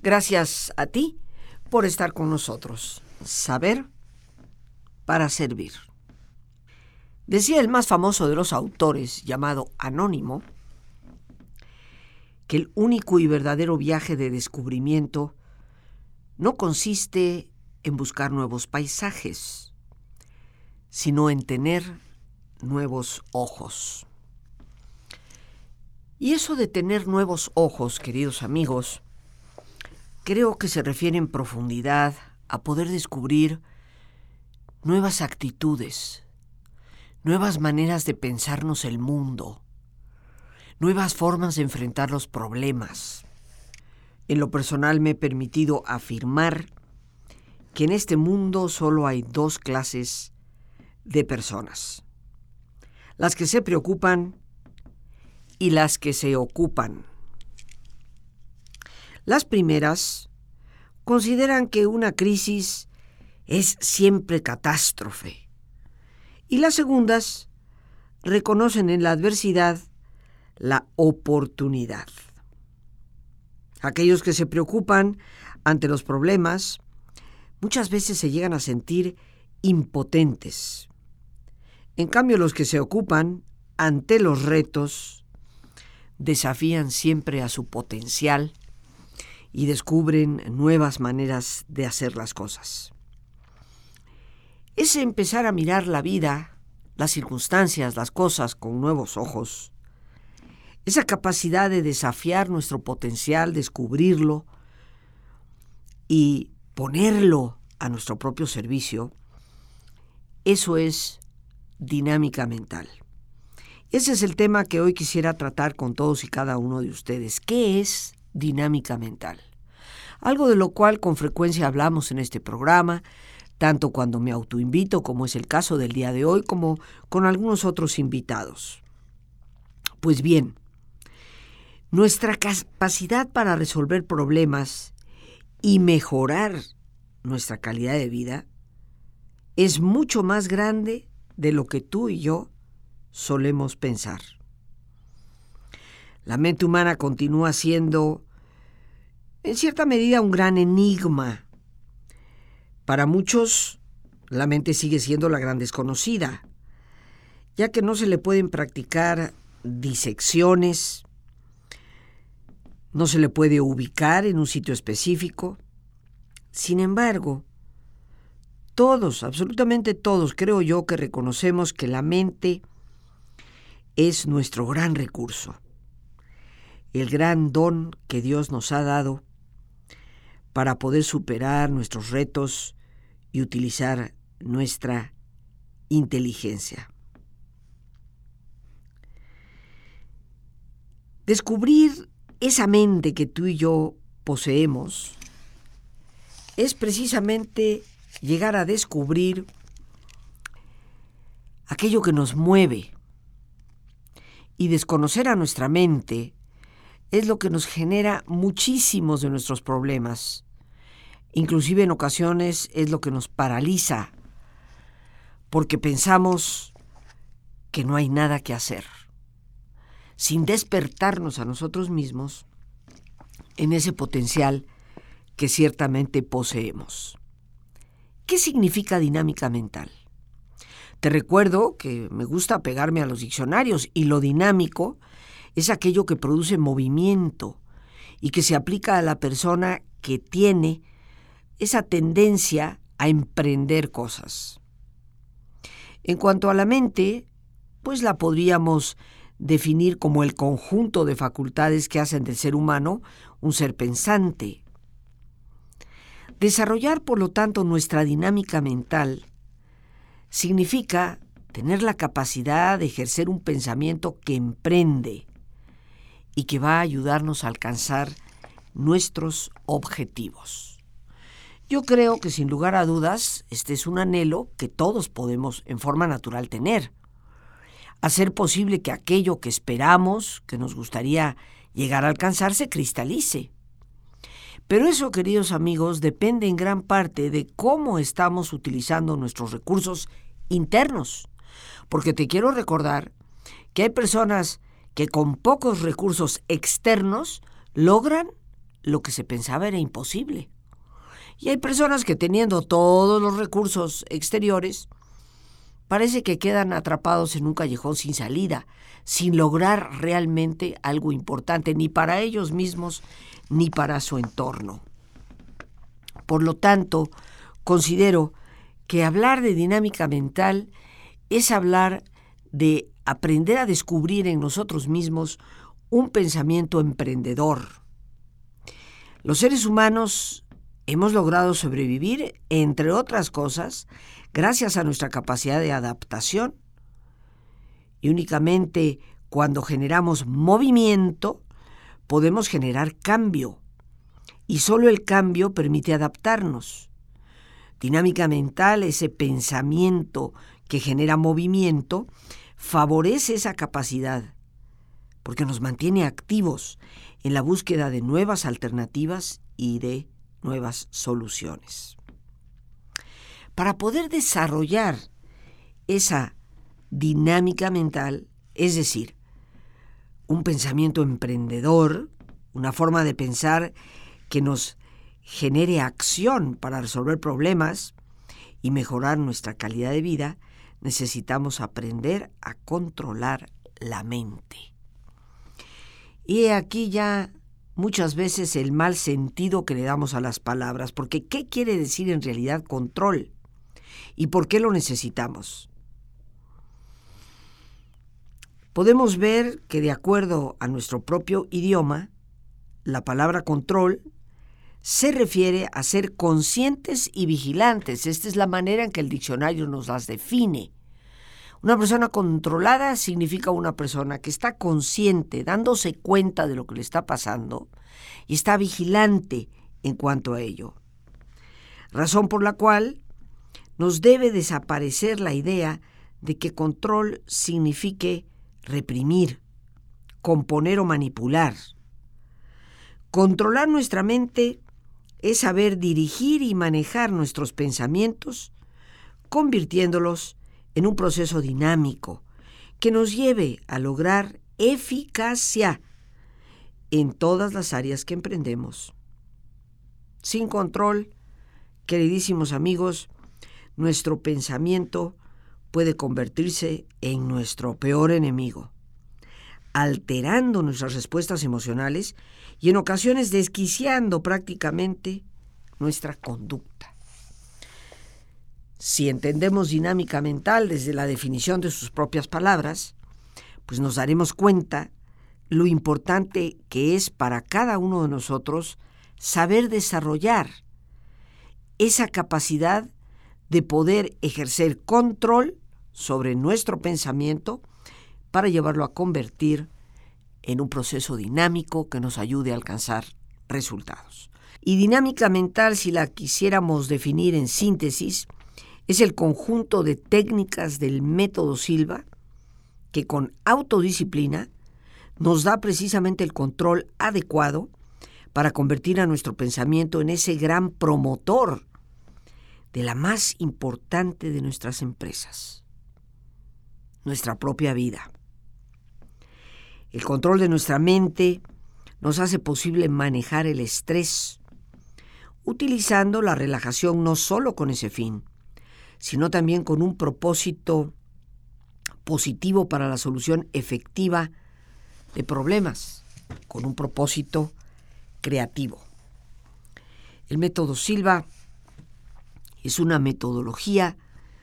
Gracias a ti por estar con nosotros. Saber para servir. Decía el más famoso de los autores, llamado Anónimo, que el único y verdadero viaje de descubrimiento no consiste en buscar nuevos paisajes, sino en tener nuevos ojos. Y eso de tener nuevos ojos, queridos amigos, creo que se refiere en profundidad a poder descubrir nuevas actitudes, nuevas maneras de pensarnos el mundo, nuevas formas de enfrentar los problemas. En lo personal me he permitido afirmar que en este mundo solo hay dos clases de personas: las que se preocupan y las que se ocupan. Las primeras consideran que una crisis es siempre catástrofe, y las segundas reconocen en la adversidad la oportunidad. Aquellos que se preocupan ante los problemas muchas veces se llegan a sentir impotentes. En cambio, los que se ocupan ante los retos desafían siempre a su potencial y descubren nuevas maneras de hacer las cosas. Es empezar a mirar la vida, las circunstancias, las cosas con nuevos ojos. Esa capacidad de desafiar nuestro potencial, descubrirlo y ponerlo a nuestro propio servicio, eso es dinámica mental. Ese es el tema que hoy quisiera tratar con todos y cada uno de ustedes. ¿Qué es dinámica mental? Algo de lo cual con frecuencia hablamos en este programa, tanto cuando me autoinvito, como es el caso del día de hoy, como con algunos otros invitados. Pues bien, nuestra capacidad para resolver problemas y mejorar nuestra calidad de vida es mucho más grande de lo que tú y yo solemos pensar. La mente humana continúa siendo, en cierta medida, un gran enigma. Para muchos, la mente sigue siendo la gran desconocida, ya que no se le pueden practicar disecciones, no se le puede ubicar en un sitio específico. Sin embargo, todos, absolutamente todos, creo yo que reconocemos que la mente es nuestro gran recurso, el gran don que Dios nos ha dado para poder superar nuestros retos y utilizar nuestra inteligencia. Descubrir esa mente que tú y yo poseemos es precisamente llegar a descubrir aquello que nos mueve. Y desconocer a nuestra mente es lo que nos genera muchísimos de nuestros problemas. Inclusive en ocasiones es lo que nos paraliza, porque pensamos que no hay nada que hacer, sin despertarnos a nosotros mismos en ese potencial que ciertamente poseemos. ¿Qué significa dinámica mental? Te recuerdo que me gusta apegarme a los diccionarios, y lo dinámico es aquello que produce movimiento y que se aplica a la persona que tiene esa tendencia a emprender cosas. En cuanto a la mente, pues la podríamos definir como el conjunto de facultades que hacen del ser humano un ser pensante. Desarrollar, por lo tanto, nuestra dinámica mental significa tener la capacidad de ejercer un pensamiento que emprende y que va a ayudarnos a alcanzar nuestros objetivos. Yo creo que sin lugar a dudas este es un anhelo que todos podemos en forma natural tener. Hacer posible que aquello que esperamos, que nos gustaría llegar a alcanzar, se cristalice. Pero eso, queridos amigos, depende en gran parte de cómo estamos utilizando nuestros recursos internos. Porque te quiero recordar que hay personas que con pocos recursos externos logran lo que se pensaba era imposible. Y hay personas que, teniendo todos los recursos exteriores, parece que quedan atrapados en un callejón sin salida, sin lograr realmente algo importante, ni para ellos mismos, ni para su entorno. Por lo tanto, considero que hablar de dinámica mental es hablar de aprender a descubrir en nosotros mismos un pensamiento emprendedor. Los seres humanos hemos logrado sobrevivir, entre otras cosas, gracias a nuestra capacidad de adaptación. Y únicamente cuando generamos movimiento, podemos generar cambio. Y solo el cambio permite adaptarnos. Dinámica mental, ese pensamiento que genera movimiento, favorece esa capacidad, porque nos mantiene activos en la búsqueda de nuevas alternativas y de nuevas soluciones. Para poder desarrollar esa dinámica mental, es decir, un pensamiento emprendedor, una forma de pensar que nos genere acción para resolver problemas y mejorar nuestra calidad de vida, necesitamos aprender a controlar la mente. Y aquí ya muchas veces el mal sentido que le damos a las palabras, porque ¿qué quiere decir en realidad control? ¿Y por qué lo necesitamos? Podemos ver que de acuerdo a nuestro propio idioma, la palabra control se refiere a ser conscientes y vigilantes. Esta es la manera en que el diccionario nos las define. Una persona controlada significa una persona que está consciente, dándose cuenta de lo que le está pasando y está vigilante en cuanto a ello. Razón por la cual nos debe desaparecer la idea de que control signifique reprimir, componer o manipular. Controlar nuestra mente es saber dirigir y manejar nuestros pensamientos, convirtiéndolos en un proceso dinámico que nos lleve a lograr eficacia en todas las áreas que emprendemos. Sin control, queridísimos amigos, nuestro pensamiento puede convertirse en nuestro peor enemigo, alterando nuestras respuestas emocionales y en ocasiones desquiciando prácticamente nuestra conducta. Si entendemos dinámica mental desde la definición de sus propias palabras, pues nos daremos cuenta lo importante que es para cada uno de nosotros saber desarrollar esa capacidad de poder ejercer control sobre nuestro pensamiento para llevarlo a convertir en un proceso dinámico que nos ayude a alcanzar resultados. Y dinámica mental, si la quisiéramos definir en síntesis, es el conjunto de técnicas del método Silva que con autodisciplina nos da precisamente el control adecuado para convertir a nuestro pensamiento en ese gran promotor de la más importante de nuestras empresas, nuestra propia vida. El control de nuestra mente nos hace posible manejar el estrés, utilizando la relajación no solo con ese fin, sino también con un propósito positivo para la solución efectiva de problemas, con un propósito creativo. El método Silva es una metodología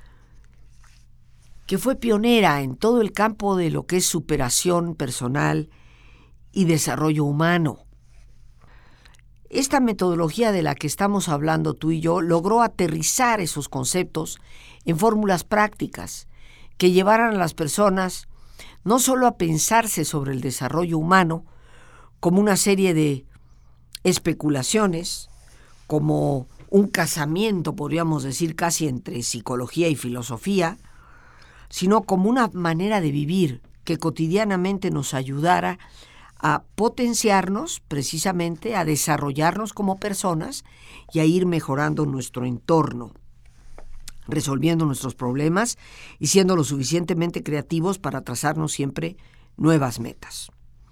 que fue pionera en todo el campo de lo que es superación personal y desarrollo humano. Esta metodología de la que estamos hablando tú y yo logró aterrizar esos conceptos en fórmulas prácticas que llevaran a las personas no solo a pensarse sobre el desarrollo humano como una serie de especulaciones, como un casamiento, podríamos decir, casi entre psicología y filosofía, sino como una manera de vivir que cotidianamente nos ayudara a potenciarnos, precisamente a desarrollarnos como personas y a ir mejorando nuestro entorno, resolviendo nuestros problemas y siendo lo suficientemente creativos para trazarnos siempre nuevas metas.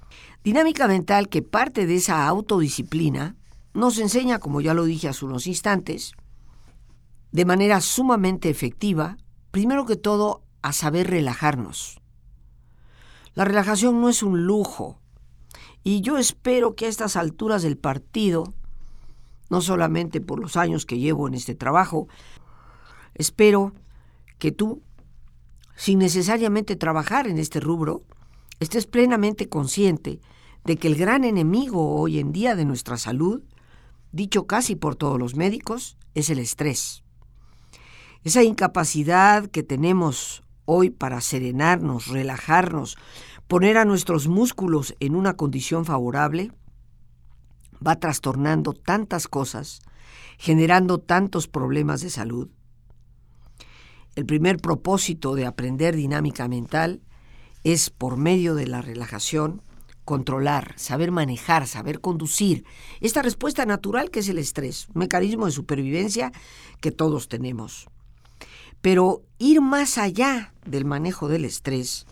Dinámica mental, que parte de esa autodisciplina, nos enseña, como ya lo dije hace unos instantes, de manera sumamente efectiva, primero que todo, a saber relajarnos. La relajación no es un lujo, y yo espero que a estas alturas del partido, no solamente por los años que llevo en este trabajo, espero que tú, sin necesariamente trabajar en este rubro, estés plenamente consciente de que el gran enemigo hoy en día de nuestra salud, dicho casi por todos los médicos, es el estrés. Esa incapacidad que tenemos hoy para serenarnos, relajarnos, poner a nuestros músculos en una condición favorable, va trastornando tantas cosas, generando tantos problemas de salud. El primer propósito de aprender dinámica mental es, por medio de la relajación, controlar, saber manejar, saber conducir esta respuesta natural que es el estrés, un mecanismo de supervivencia que todos tenemos. Pero ir más allá del manejo del estrés,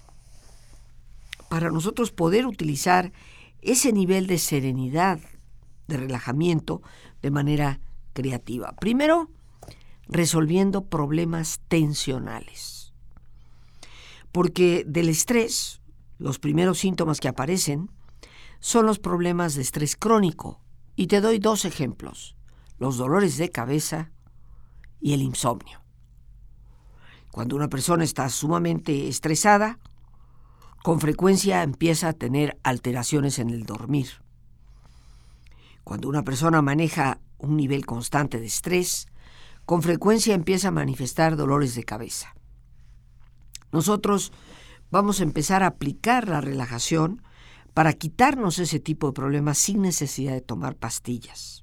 para nosotros poder utilizar ese nivel de serenidad, de relajamiento, de manera creativa. Primero, resolviendo problemas tensionales. Porque del estrés, los primeros síntomas que aparecen son los problemas de estrés crónico. Y te doy 2 ejemplos: los dolores de cabeza y el insomnio. Cuando una persona está sumamente estresada, con frecuencia empieza a tener alteraciones en el dormir. Cuando una persona maneja un nivel constante de estrés, con frecuencia empieza a manifestar dolores de cabeza. Nosotros vamos a empezar a aplicar la relajación para quitarnos ese tipo de problemas sin necesidad de tomar pastillas.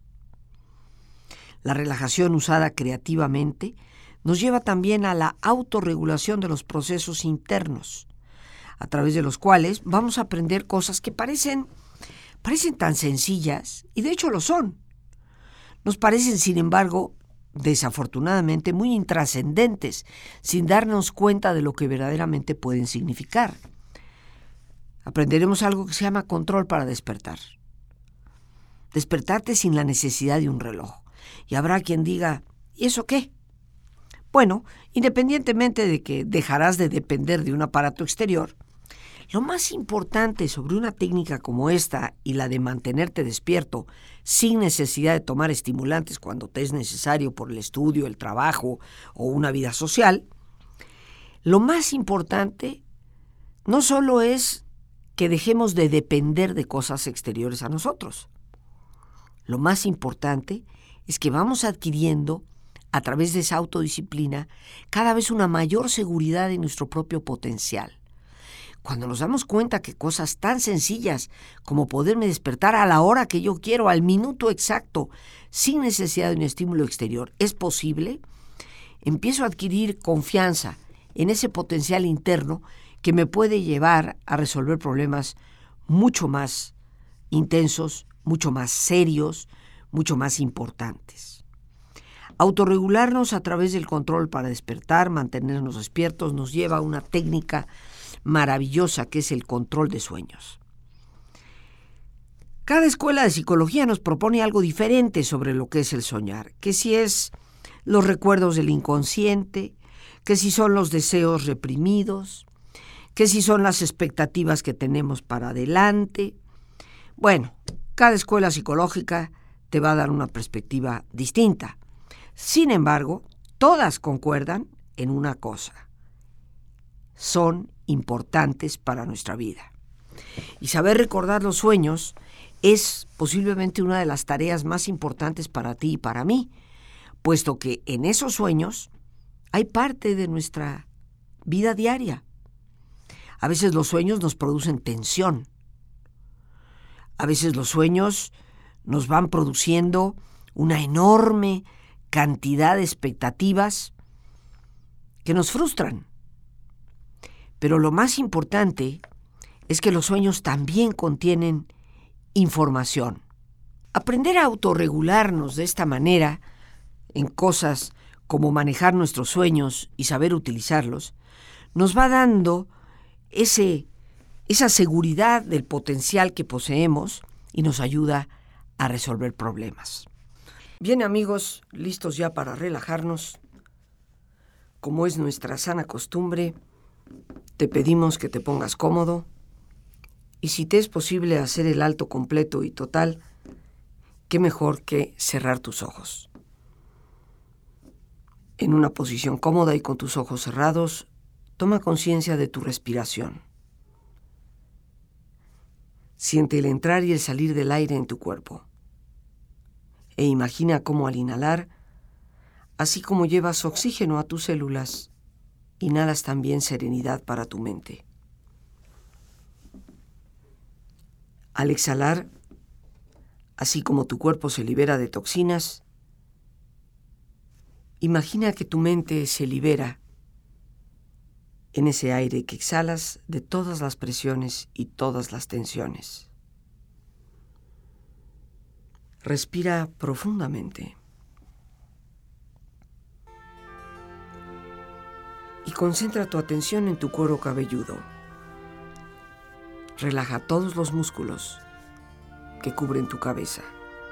La relajación usada creativamente nos lleva también a la autorregulación de los procesos internos, a través de los cuales vamos a aprender cosas que parecen tan sencillas, y de hecho lo son. Nos parecen, sin embargo, desafortunadamente muy intrascendentes, sin darnos cuenta de lo que verdaderamente pueden significar. Aprenderemos algo que se llama control para despertar. Despertarte sin la necesidad de un reloj. Y habrá quien diga, ¿y eso qué? Bueno, independientemente de que dejarás de depender de un aparato exterior, lo más importante sobre una técnica como esta y la de mantenerte despierto sin necesidad de tomar estimulantes cuando te es necesario por el estudio, el trabajo o una vida social, lo más importante no solo es que dejemos de depender de cosas exteriores a nosotros. Lo más importante es que vamos adquiriendo, a través de esa autodisciplina, cada vez una mayor seguridad en nuestro propio potencial. Cuando nos damos cuenta que cosas tan sencillas como poderme despertar a la hora que yo quiero, al minuto exacto, sin necesidad de un estímulo exterior, es posible, empiezo a adquirir confianza en ese potencial interno que me puede llevar a resolver problemas mucho más intensos, mucho más serios, mucho más importantes. Autorregularnos a través del control para despertar, mantenernos despiertos, nos lleva a una técnica maravillosa que es el control de sueños. Cada escuela de psicología nos propone algo diferente sobre lo que es el soñar, que si es los recuerdos del inconsciente, que si son los deseos reprimidos, que si son las expectativas que tenemos para adelante. Bueno, cada escuela psicológica te va a dar una perspectiva distinta. Sin embargo, todas concuerdan en una cosa: son importantes para nuestra vida. Y saber recordar los sueños es posiblemente una de las tareas más importantes para ti y para mí, puesto que en esos sueños hay parte de nuestra vida diaria. A veces los sueños nos producen tensión. A veces los sueños nos van produciendo una enorme cantidad de expectativas que nos frustran. Pero lo más importante es que los sueños también contienen información. Aprender a autorregularnos de esta manera en cosas como manejar nuestros sueños y saber utilizarlos, nos va dando ese esa seguridad del potencial que poseemos y nos ayuda a resolver problemas. Bien, amigos, listos ya para relajarnos. Como es nuestra sana costumbre, te pedimos que te pongas cómodo y si te es posible hacer el alto completo y total, qué mejor que cerrar tus ojos. En una posición cómoda y con tus ojos cerrados, toma conciencia de tu respiración. Siente el entrar y el salir del aire en tu cuerpo. E imagina cómo al inhalar, así como llevas oxígeno a tus células, inhalas también serenidad para tu mente. Al exhalar, así como tu cuerpo se libera de toxinas, imagina que tu mente se libera en ese aire que exhalas de todas las presiones y todas las tensiones. Respira profundamente y concentra tu atención en tu cuero cabelludo. Relaja todos los músculos que cubren tu cabeza.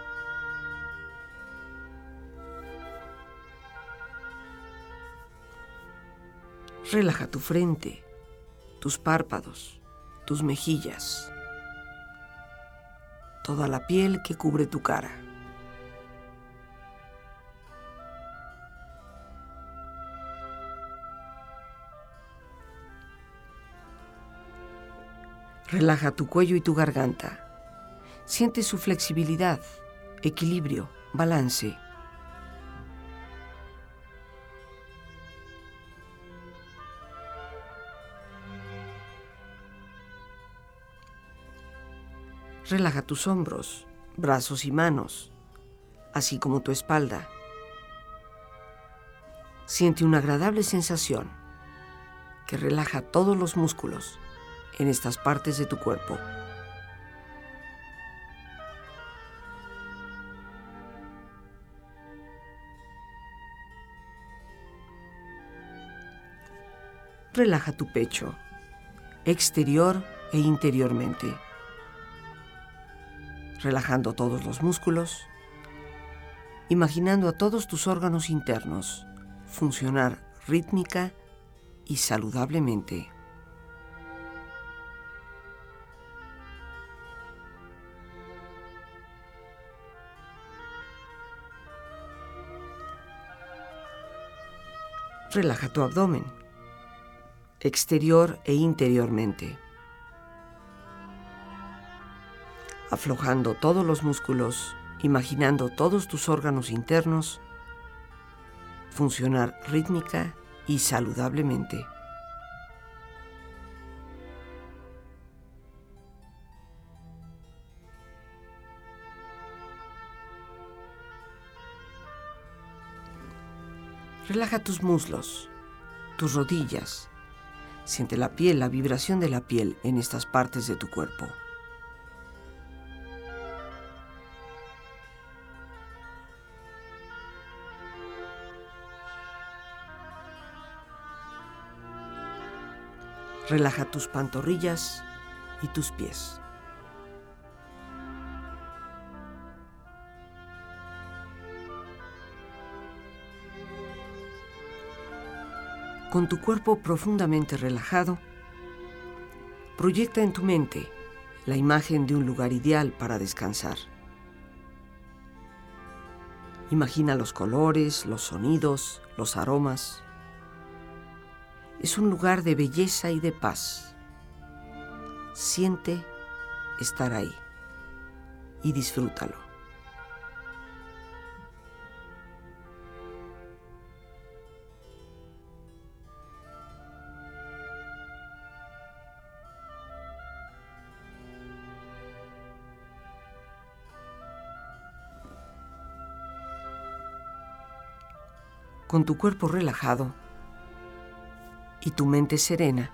Relaja tu frente, tus párpados, tus mejillas, toda la piel que cubre tu cara. Relaja tu cuello y tu garganta. Siente su flexibilidad, equilibrio, balance. Relaja tus hombros, brazos y manos, así como tu espalda. Siente una agradable sensación que relaja todos los músculos en estas partes de tu cuerpo. Relaja tu pecho, exterior e interiormente, relajando todos los músculos, imaginando a todos tus órganos internos funcionar rítmica y saludablemente. Relaja tu abdomen, exterior e interiormente, aflojando todos los músculos, imaginando todos tus órganos internos funcionar rítmica y saludablemente. Relaja tus muslos, tus rodillas. Siente la piel, la vibración de la piel en estas partes de tu cuerpo. Relaja tus pantorrillas y tus pies. Con tu cuerpo profundamente relajado, proyecta en tu mente la imagen de un lugar ideal para descansar. Imagina los colores, los sonidos, los aromas. Es un lugar de belleza y de paz. Siente estar ahí y disfrútalo. Con tu cuerpo relajado y tu mente serena,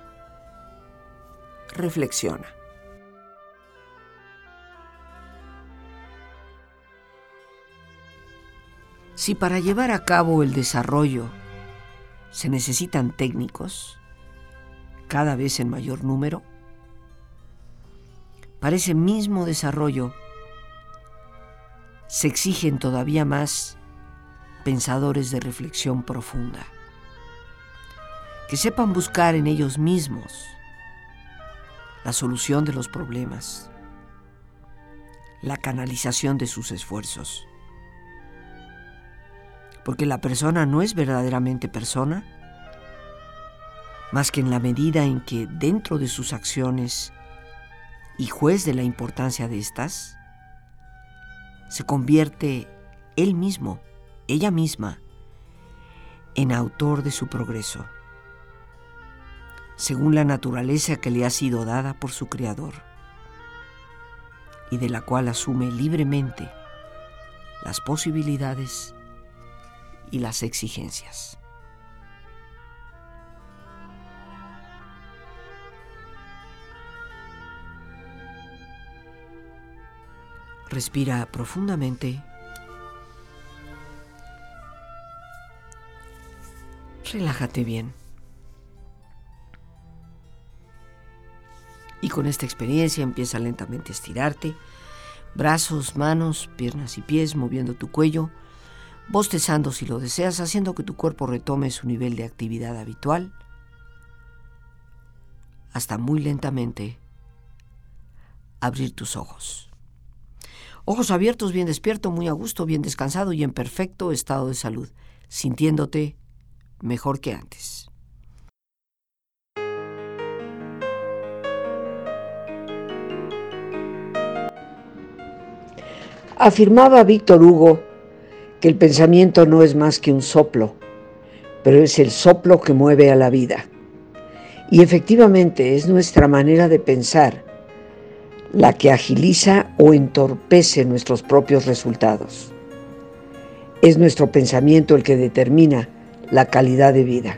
reflexiona. Si para llevar a cabo el desarrollo se necesitan técnicos, cada vez en mayor número, para ese mismo desarrollo se exigen todavía más pensadores de reflexión profunda, que sepan buscar en ellos mismos la solución de los problemas, la canalización de sus esfuerzos. Porque la persona no es verdaderamente persona más que en la medida en que dentro de sus acciones y juez de la importancia de estas, se convierte él mismo, ella misma, en autor de su progreso, según la naturaleza que le ha sido dada por su Creador, y de la cual asume libremente las posibilidades y las exigencias. Respira profundamente. Relájate bien. Y con esta experiencia empieza lentamente a estirarte. Brazos, manos, piernas y pies, moviendo tu cuello, bostezando si lo deseas, haciendo que tu cuerpo retome su nivel de actividad habitual, hasta muy lentamente abrir tus ojos. Ojos abiertos, bien despierto, muy a gusto, bien descansado y en perfecto estado de salud, sintiéndote mejor que antes. Afirmaba Víctor Hugo que el pensamiento no es más que un soplo, pero es el soplo que mueve a la vida. Y efectivamente es nuestra manera de pensar la que agiliza o entorpece nuestros propios resultados. Es nuestro pensamiento el que determina la calidad de vida.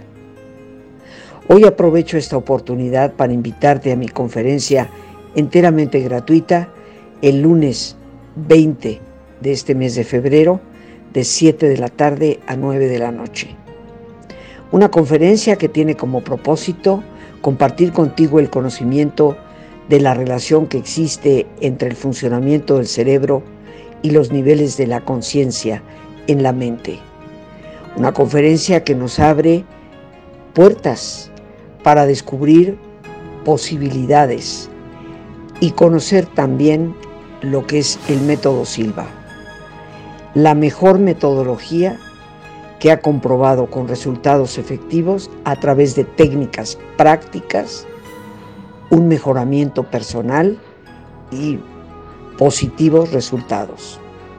Hoy aprovecho esta oportunidad para invitarte a mi conferencia enteramente gratuita el lunes 20 de este mes de febrero, de 7 de la tarde a 9 de la noche. Una conferencia que tiene como propósito compartir contigo el conocimiento de la relación que existe entre el funcionamiento del cerebro y los niveles de la conciencia en la mente. Una conferencia que nos abre puertas para descubrir posibilidades y conocer también lo que es el método Silva, la mejor metodología que ha comprobado con resultados efectivos a través de técnicas prácticas, un mejoramiento personal y positivos resultados.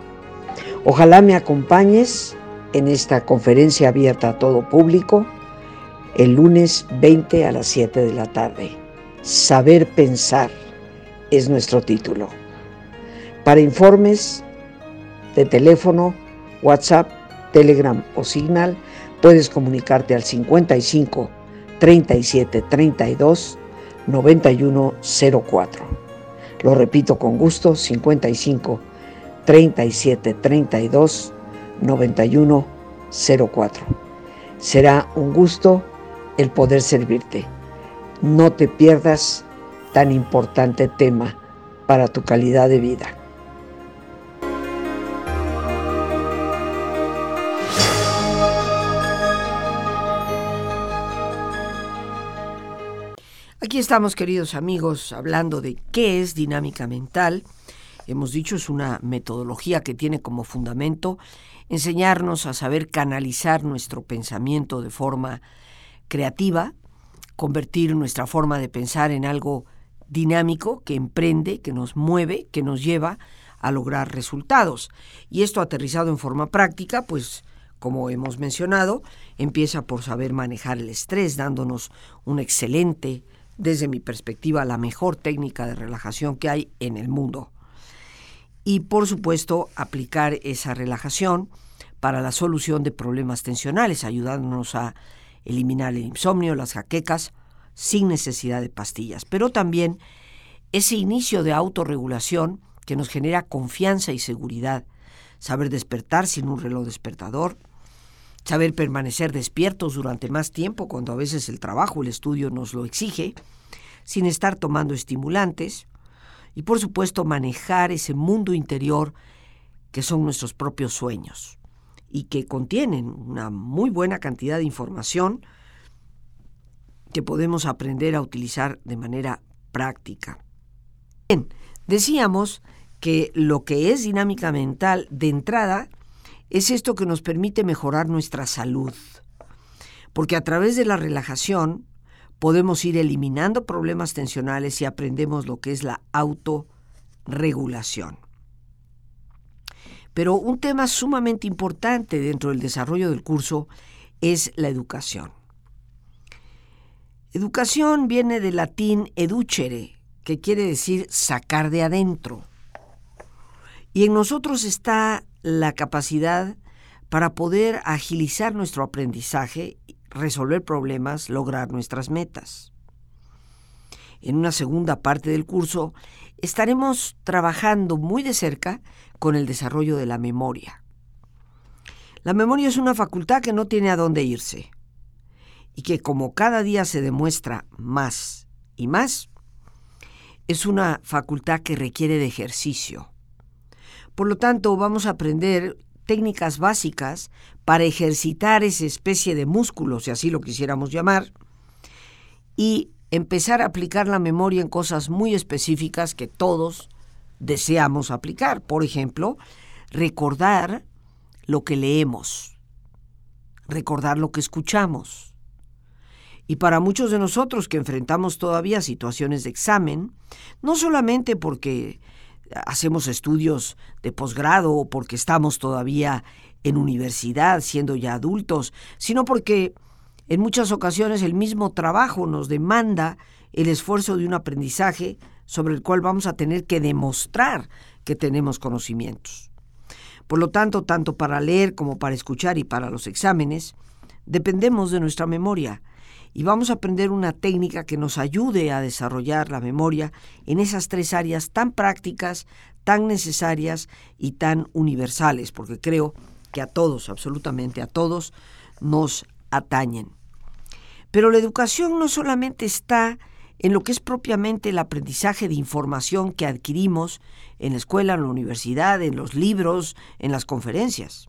Ojalá me acompañes en esta conferencia abierta a todo público el lunes 20 a las 7 de la tarde. Saber pensar es nuestro título. Para informes de teléfono, WhatsApp, Telegram o Signal, puedes comunicarte al 55 37 32 91 04. Lo repito con gusto, 55 37 32 91 04. Será un gusto el poder servirte. No te pierdas tan importante tema para tu calidad de vida. Aquí estamos, queridos amigos, hablando de qué es dinámica mental. Hemos dicho, es una metodología que tiene como fundamento enseñarnos a saber canalizar nuestro pensamiento de forma creativa, convertir nuestra forma de pensar en algo dinámico que emprende, que nos mueve, que nos lleva a lograr resultados. Y esto aterrizado en forma práctica, pues como hemos mencionado, empieza por saber manejar el estrés, dándonos un excelente, desde mi perspectiva, la mejor técnica de relajación que hay en el mundo. Y por supuesto, aplicar esa relajación para la solución de problemas tensionales, ayudándonos a eliminar el insomnio, las jaquecas, sin necesidad de pastillas. Pero también ese inicio de autorregulación que nos genera confianza y seguridad, saber despertar sin un reloj despertador, saber permanecer despiertos durante más tiempo cuando a veces el trabajo, el estudio nos lo exige, sin estar tomando estimulantes, y por supuesto manejar ese mundo interior que son nuestros propios sueños y que contienen una muy buena cantidad de información que podemos aprender a utilizar de manera práctica. Bien, decíamos que lo que es dinámica mental de entrada es esto que nos permite mejorar nuestra salud, porque a través de la relajación podemos ir eliminando problemas tensionales y aprendemos lo que es la autorregulación. Pero un tema sumamente importante dentro del desarrollo del curso es la educación. Educación viene del latín educere, que quiere decir sacar de adentro. Y en nosotros está la capacidad para poder agilizar nuestro aprendizaje, resolver problemas, lograr nuestras metas. En una segunda parte del curso estaremos trabajando muy de cerca con el desarrollo de la memoria. La memoria es una facultad que no tiene a dónde irse y que, como cada día se demuestra más y más, es una facultad que requiere de ejercicio. Por lo tanto, vamos a aprender técnicas básicas para ejercitar esa especie de músculo, si así lo quisiéramos llamar, y empezar a aplicar la memoria en cosas muy específicas que todos deseamos aplicar. Por ejemplo, recordar lo que leemos, recordar lo que escuchamos. Y para muchos de nosotros que enfrentamos todavía situaciones de examen, no solamente porque hacemos estudios de posgrado o porque estamos todavía en universidad siendo ya adultos, sino porque en muchas ocasiones el mismo trabajo nos demanda el esfuerzo de un aprendizaje sobre el cual vamos a tener que demostrar que tenemos conocimientos. Por lo tanto, tanto para leer como para escuchar y para los exámenes, dependemos de nuestra memoria. Y vamos a aprender una técnica que nos ayude a desarrollar la memoria en esas tres áreas tan prácticas, tan necesarias y tan universales, porque creo que a todos, absolutamente a todos, nos atañen. Pero la educación no solamente está en lo que es propiamente el aprendizaje de información que adquirimos en la escuela, en la universidad, en los libros, en las conferencias.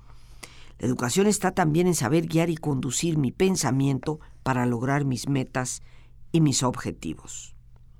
La educación está también en saber guiar y conducir mi pensamiento para lograr mis metas y mis objetivos.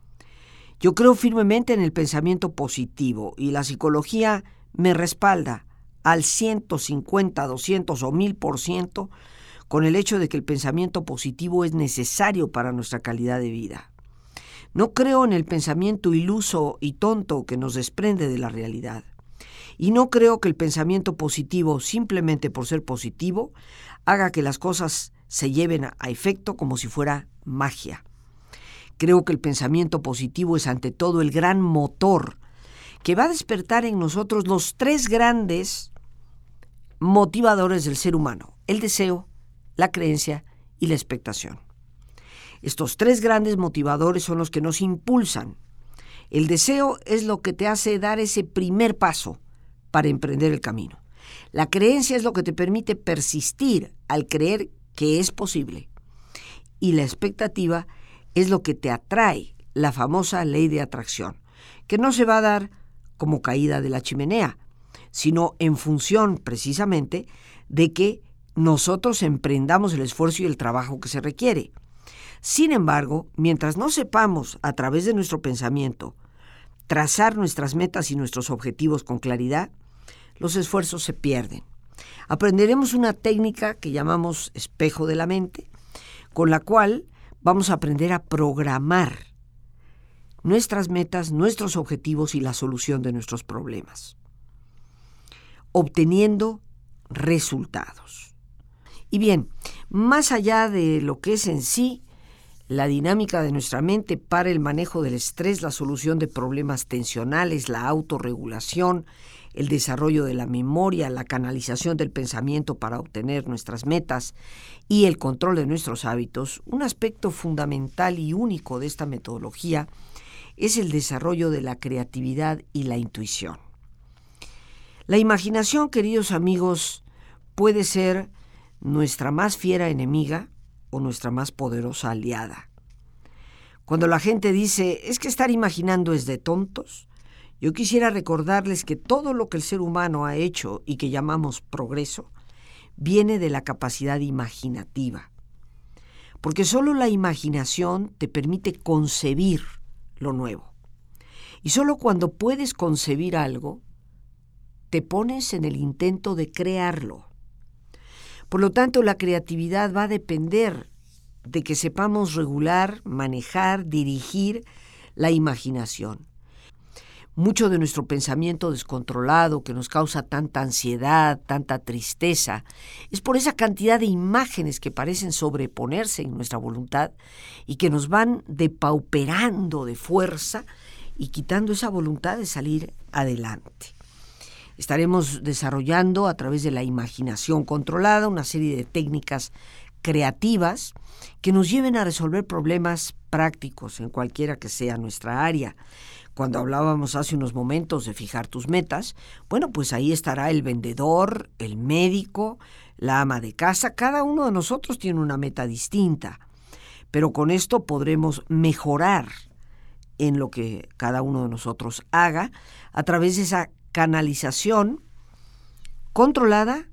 Yo creo firmemente en el pensamiento positivo y la psicología me respalda al 150, 200 o 1000% con el hecho de que el pensamiento positivo es necesario para nuestra calidad de vida. No creo en el pensamiento iluso y tonto que nos desprende de la realidad. Y no creo que el pensamiento positivo, simplemente por ser positivo, haga que las cosas se lleven a efecto como si fuera magia. Creo que el pensamiento positivo es ante todo el gran motor que va a despertar en nosotros los tres grandes motivadores del ser humano: el deseo, la creencia y la expectación. Estos tres grandes motivadores son los que nos impulsan. El deseo es lo que te hace dar ese primer paso para emprender el camino. La creencia es lo que te permite persistir al creer que es posible. Y la expectativa es lo que te atrae, la famosa ley de atracción, que no se va a dar como caída de la chimenea, sino en función precisamente de que nosotros emprendamos el esfuerzo y el trabajo que se requiere. Sin embargo, mientras no sepamos a través de nuestro pensamiento trazar nuestras metas y nuestros objetivos con claridad, los esfuerzos se pierden. Aprenderemos una técnica que llamamos espejo de la mente, con la cual vamos a aprender a programar nuestras metas, nuestros objetivos y la solución de nuestros problemas, obteniendo resultados. Y bien, más allá de lo que es en sí la dinámica de nuestra mente para el manejo del estrés, la solución de problemas tensionales, la autorregulación, el desarrollo de la memoria, la canalización del pensamiento para obtener nuestras metas y el control de nuestros hábitos, un aspecto fundamental y único de esta metodología es el desarrollo de la creatividad y la intuición. La imaginación, queridos amigos, puede ser nuestra más fiera enemiga o nuestra más poderosa aliada. Cuando la gente dice, es que estar imaginando es de tontos, yo quisiera recordarles que todo lo que el ser humano ha hecho y que llamamos progreso, viene de la capacidad imaginativa. Porque solo la imaginación te permite concebir lo nuevo. Y solo cuando puedes concebir algo, te pones en el intento de crearlo. Por lo tanto, la creatividad va a depender de que sepamos regular, manejar, dirigir la imaginación. Mucho de nuestro pensamiento descontrolado que nos causa tanta ansiedad, tanta tristeza, es por esa cantidad de imágenes que parecen sobreponerse en nuestra voluntad y que nos van depauperando de fuerza y quitando esa voluntad de salir adelante. Estaremos desarrollando a través de la imaginación controlada una serie de técnicas creativas que nos lleven a resolver problemas prácticos en cualquiera que sea nuestra área. Cuando hablábamos hace unos momentos de fijar tus metas, bueno, pues ahí estará el vendedor, el médico, la ama de casa. Cada uno de nosotros tiene una meta distinta, pero con esto podremos mejorar en lo que cada uno de nosotros haga a través de esa canalización controlada,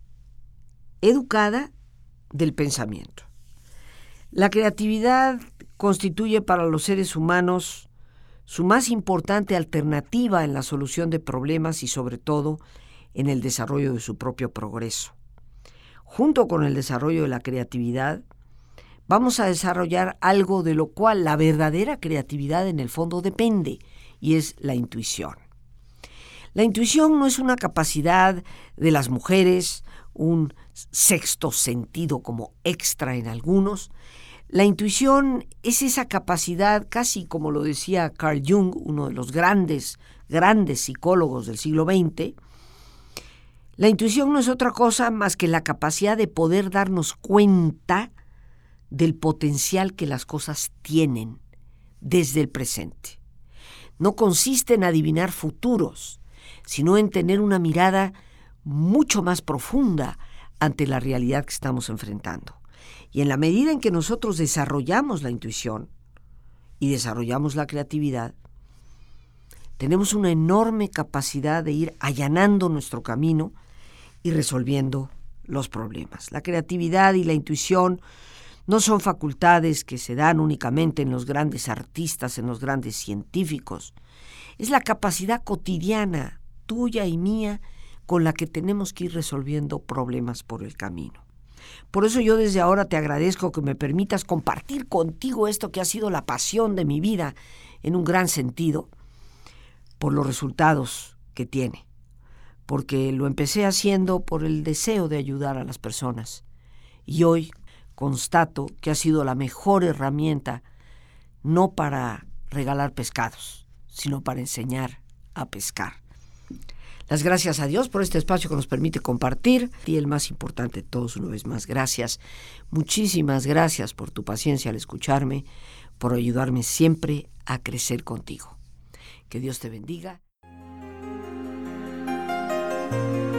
educada del pensamiento. La creatividad constituye para los seres humanos su más importante alternativa en la solución de problemas y sobre todo en el desarrollo de su propio progreso. Junto con el desarrollo de la creatividad, vamos a desarrollar algo de lo cual la verdadera creatividad en el fondo depende, y es la intuición. La intuición no es una capacidad de las mujeres, un sexto sentido como extra en algunos. La intuición es esa capacidad, casi como lo decía Carl Jung, uno de los grandes psicólogos del siglo XX. La intuición no es otra cosa más que la capacidad de poder darnos cuenta del potencial que las cosas tienen desde el presente. No consiste en adivinar futuros, sino en tener una mirada mucho más profunda ante la realidad que estamos enfrentando. Y en la medida en que nosotros desarrollamos la intuición y desarrollamos la creatividad, tenemos una enorme capacidad de ir allanando nuestro camino y resolviendo los problemas. La creatividad y la intuición no son facultades que se dan únicamente en los grandes artistas, en los grandes científicos. Es la capacidad cotidiana, tuya y mía, con la que tenemos que ir resolviendo problemas por el camino. Por eso yo desde ahora te agradezco que me permitas compartir contigo esto que ha sido la pasión de mi vida en un gran sentido, por los resultados que tiene, porque lo empecé haciendo por el deseo de ayudar a las personas y hoy constato que ha sido la mejor herramienta no para regalar pescados, sino para enseñar a pescar. Las gracias a Dios por este espacio que nos permite compartir y el más importante de todos, una vez más, gracias. Muchísimas gracias por tu paciencia al escucharme, por ayudarme siempre a crecer contigo. Que Dios te bendiga.